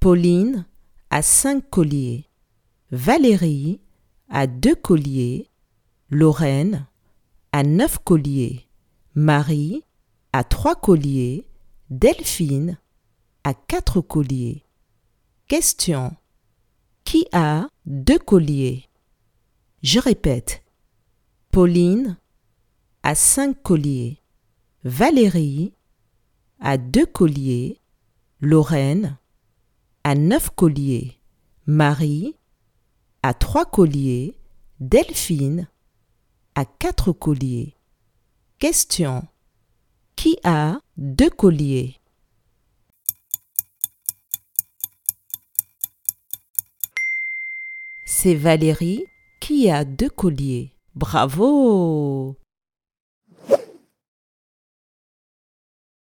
Pauline a 5 colliers. Valérie a 2 colliers. Lorraine a 9 colliers. Marie a 3 colliers. Delphine a 4 colliers. Question. Qui a 2 colliers? Je répète. Pauline a 5 colliers. Valérie a 2 colliers. Lorraine a 9 colliers. Marie a 3 colliers. Delphine a 4 colliers. Question. Qui a 2 colliers? C'est Valérie qui a 2 colliers. Bravo!